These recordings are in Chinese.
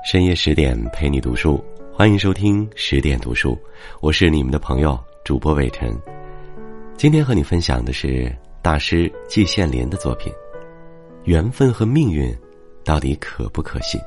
深夜10点陪你读书，欢迎收听10点读书，我是你们的朋友主播伟晨。今天和你分享的是大师季羡林的作品《缘分和命运到底可不可信》。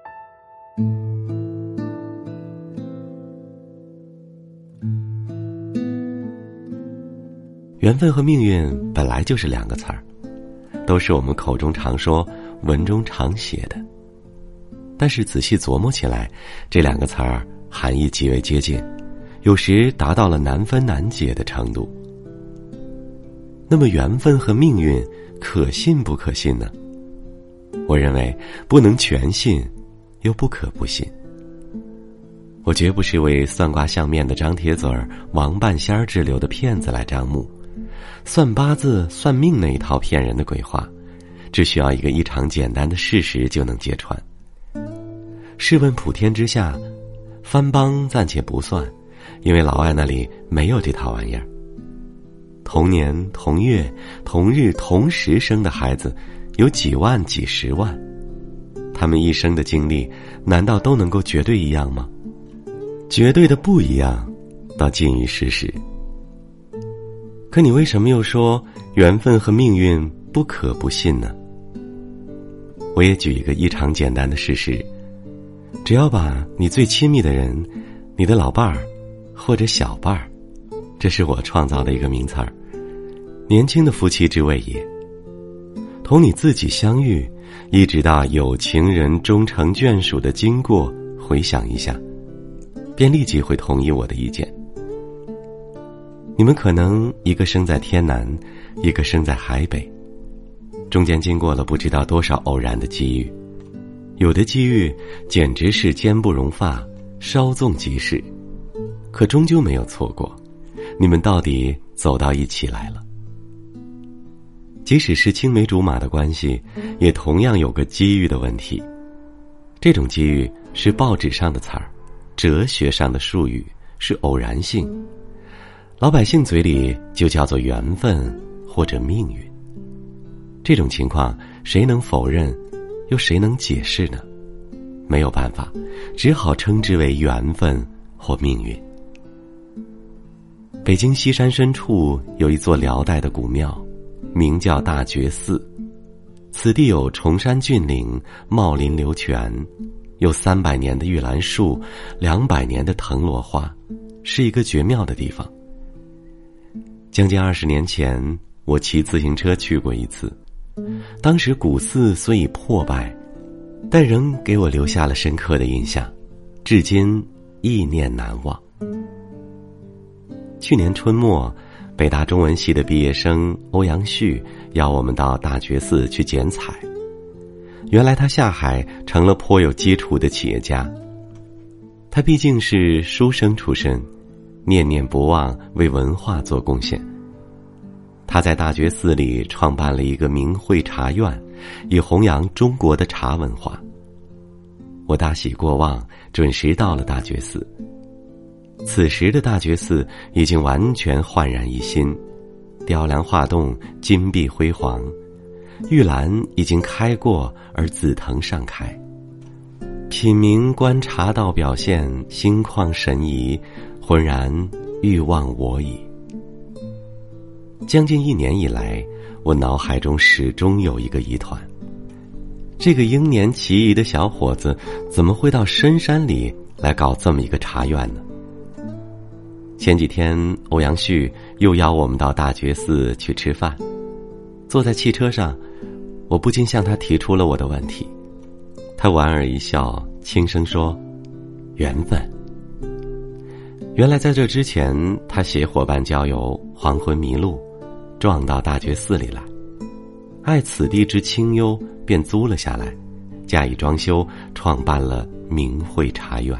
缘分和命运本来就是两个词儿，都是我们口中常说文中常写的，但是仔细琢磨起来，这两个词儿含义极为接近，有时达到了难分难解的程度。那么缘分和命运可信不可信呢？我认为不能全信，又不可不信。我绝不是为算卦相面的张铁嘴儿、王半仙儿之流的骗子来张目，算八字算命那一套骗人的鬼话，只需要一个异常简单的事实就能揭穿。试问普天之下，番邦暂且不算，因为老外那里没有这套玩意儿。同年同月同日同时生的孩子有几万几十万，他们一生的经历难道都能够绝对一样吗？绝对的不一样，倒近于事实。可你为什么又说缘分和命运不可不信呢？我也举一个异常简单的事实，只要把你最亲密的人，你的老伴儿或者小伴儿，这是我创造的一个名词儿，年轻的夫妻之谓也，同你自己相遇一直到有情人终成眷属的经过回想一下，便立即会同意我的意见。你们可能一个生在天南，一个生在海北，中间经过了不知道多少偶然的机遇，有的机遇简直是坚不容发，稍纵即逝，可终究没有错过，你们到底走到一起来了。即使是青梅竹马的关系，也同样有个机遇的问题。这种机遇是报纸上的词儿，哲学上的术语，是偶然性，老百姓嘴里就叫做缘分或者命运。这种情况谁能否认，又谁能解释呢？没有办法，只好称之为缘分或命运。北京西山深处有一座辽代的古庙，名叫大觉寺。此地有崇山峻岭，茂林流泉，有300年的玉兰树，200年的藤萝花，是一个绝妙的地方。将近20年前，我骑自行车去过一次，当时古寺虽已破败，但仍给我留下了深刻的印象，至今忆念难忘。去年春末，北大中文系的毕业生欧阳旭要我们到大觉寺去剪彩。原来他下海成了颇有基础的企业家，他毕竟是书生出身，念念不忘为文化做贡献。他在大觉寺里创办了一个名慧茶院，以弘扬中国的茶文化。我大喜过望，准时到了大觉寺。此时的大觉寺已经完全焕然一新，雕梁画栋，金碧辉煌，玉兰已经开过而紫藤尚开。品茗观察到表现，心旷神怡，浑然欲忘我矣。将近1年以来，我脑海中始终有一个疑团，这个英年奇异的小伙子怎么会到深山里来搞这么一个茶院呢？前几天欧阳旭又邀我们到大觉寺去吃饭，坐在汽车上，我不禁向他提出了我的问题。他莞尔一笑，轻声说：缘分。原来在这之前，他携伙伴郊游，黄昏迷路，撞到大觉寺里来，爱此地之清幽，便租了下来，加以装修，创办了名慧茶院。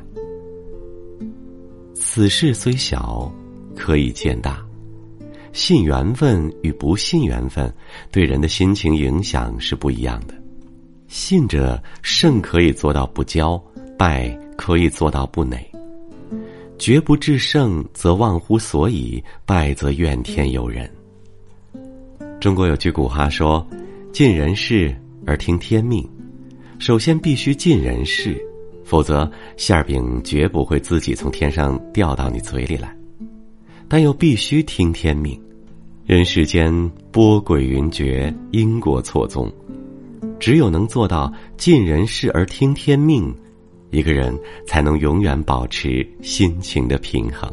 此事虽小，可以见大。信缘分与不信缘分，对人的心情影响是不一样的。信者胜可以做到不骄，败可以做到不馁。绝不至胜，则忘乎所以；败则怨天尤人。中国有句古话说：“尽人事而听天命。”首先必须尽人事， 否则馅饼绝不会自己从天上掉到你嘴里来。但又必须听天命，人世间波诡云谲，因果错综，只有能做到尽人事而听天命，一个人才能永远保持心情的平衡。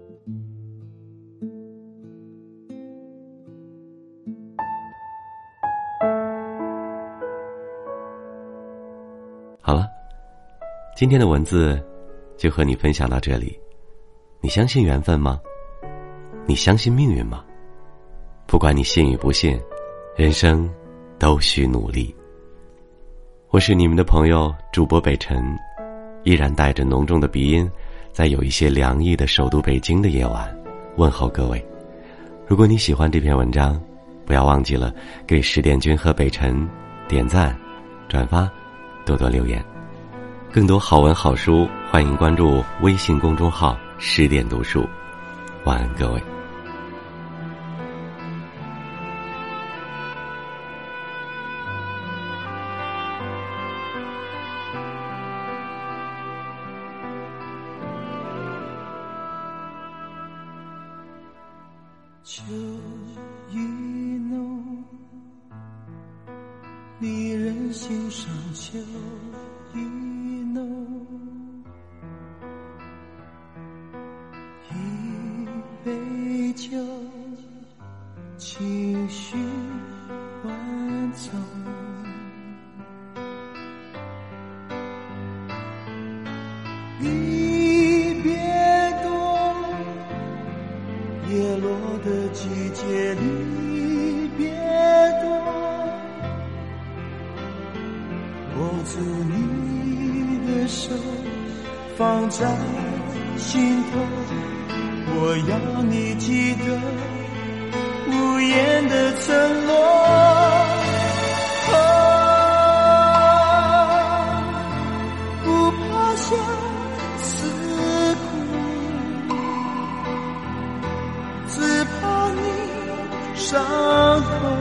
好了，今天的文字就和你分享到这里。你相信缘分吗？你相信命运吗？不管你信与不信，人生都需努力。我是你们的朋友主播北辰，依然带着浓重的鼻音，在有一些凉意的首都北京的夜晚问候各位。如果你喜欢这篇文章，不要忘记了给十点君和北辰点赞、转发，多多留言。更多好文好书，欢迎关注微信公众号十点读书。晚安各位。 秋意浓，离人心上秋意浓，一杯酒，情绪万种，离别多，叶落的季节离别多，握住你的手，放在心头，我要你记得无言的承诺。不怕相思苦，只怕你伤痛。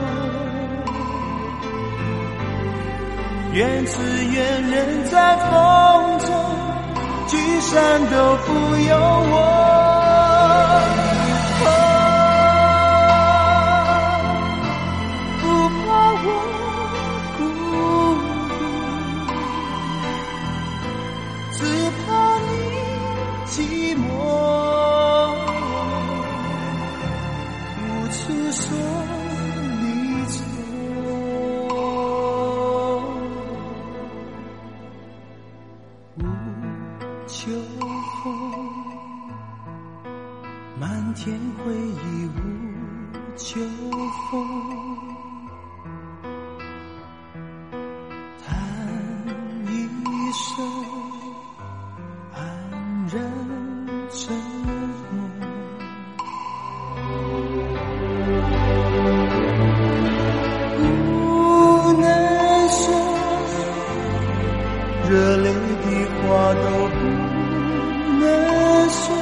愿只愿人在风中，聚散都不由我。不怕我孤独，只怕你寂寞。无处说离愁，无秋风，漫天回忆无秋风，叹一声安然沉默。不能说，热泪的话都不能说，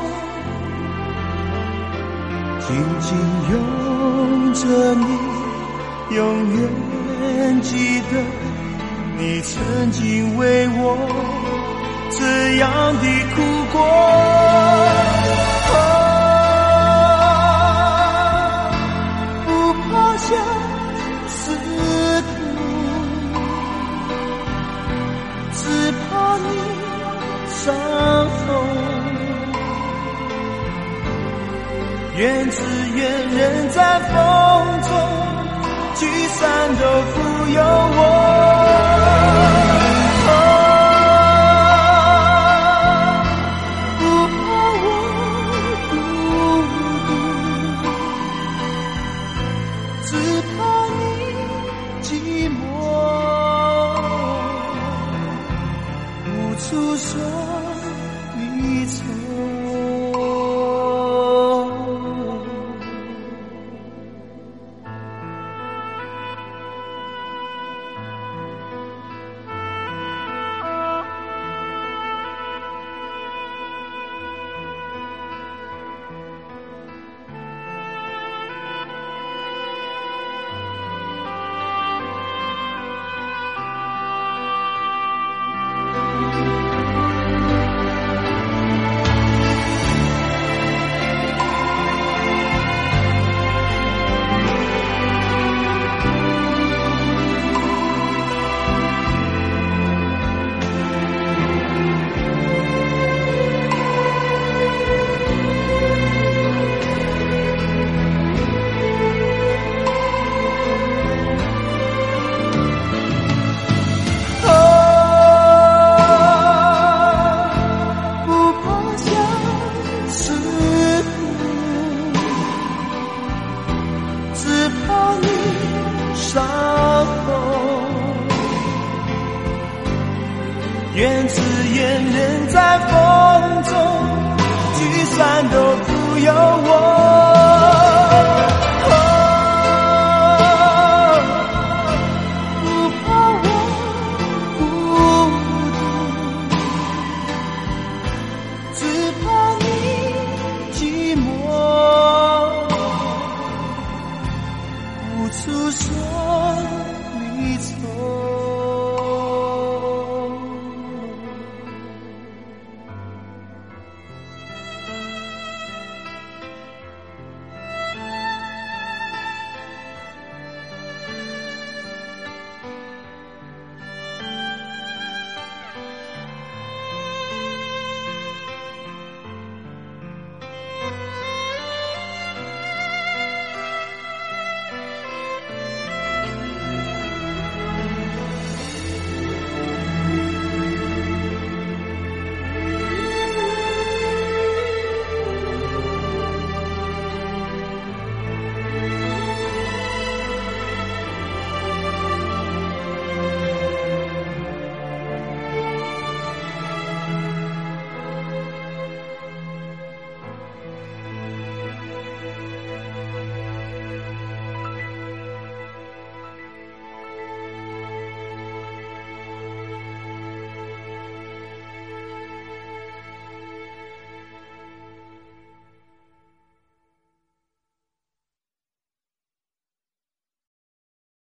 紧紧拥着你，永远记得你曾经为我这样的哭过。不怕相思苦，只怕你伤痛。愿只愿人在风中，聚散都不由我。不怕我孤独，只怕你寂寞。无处说离愁。 伤痛。愿此言人在风中，聚散都不由我。无处说离愁。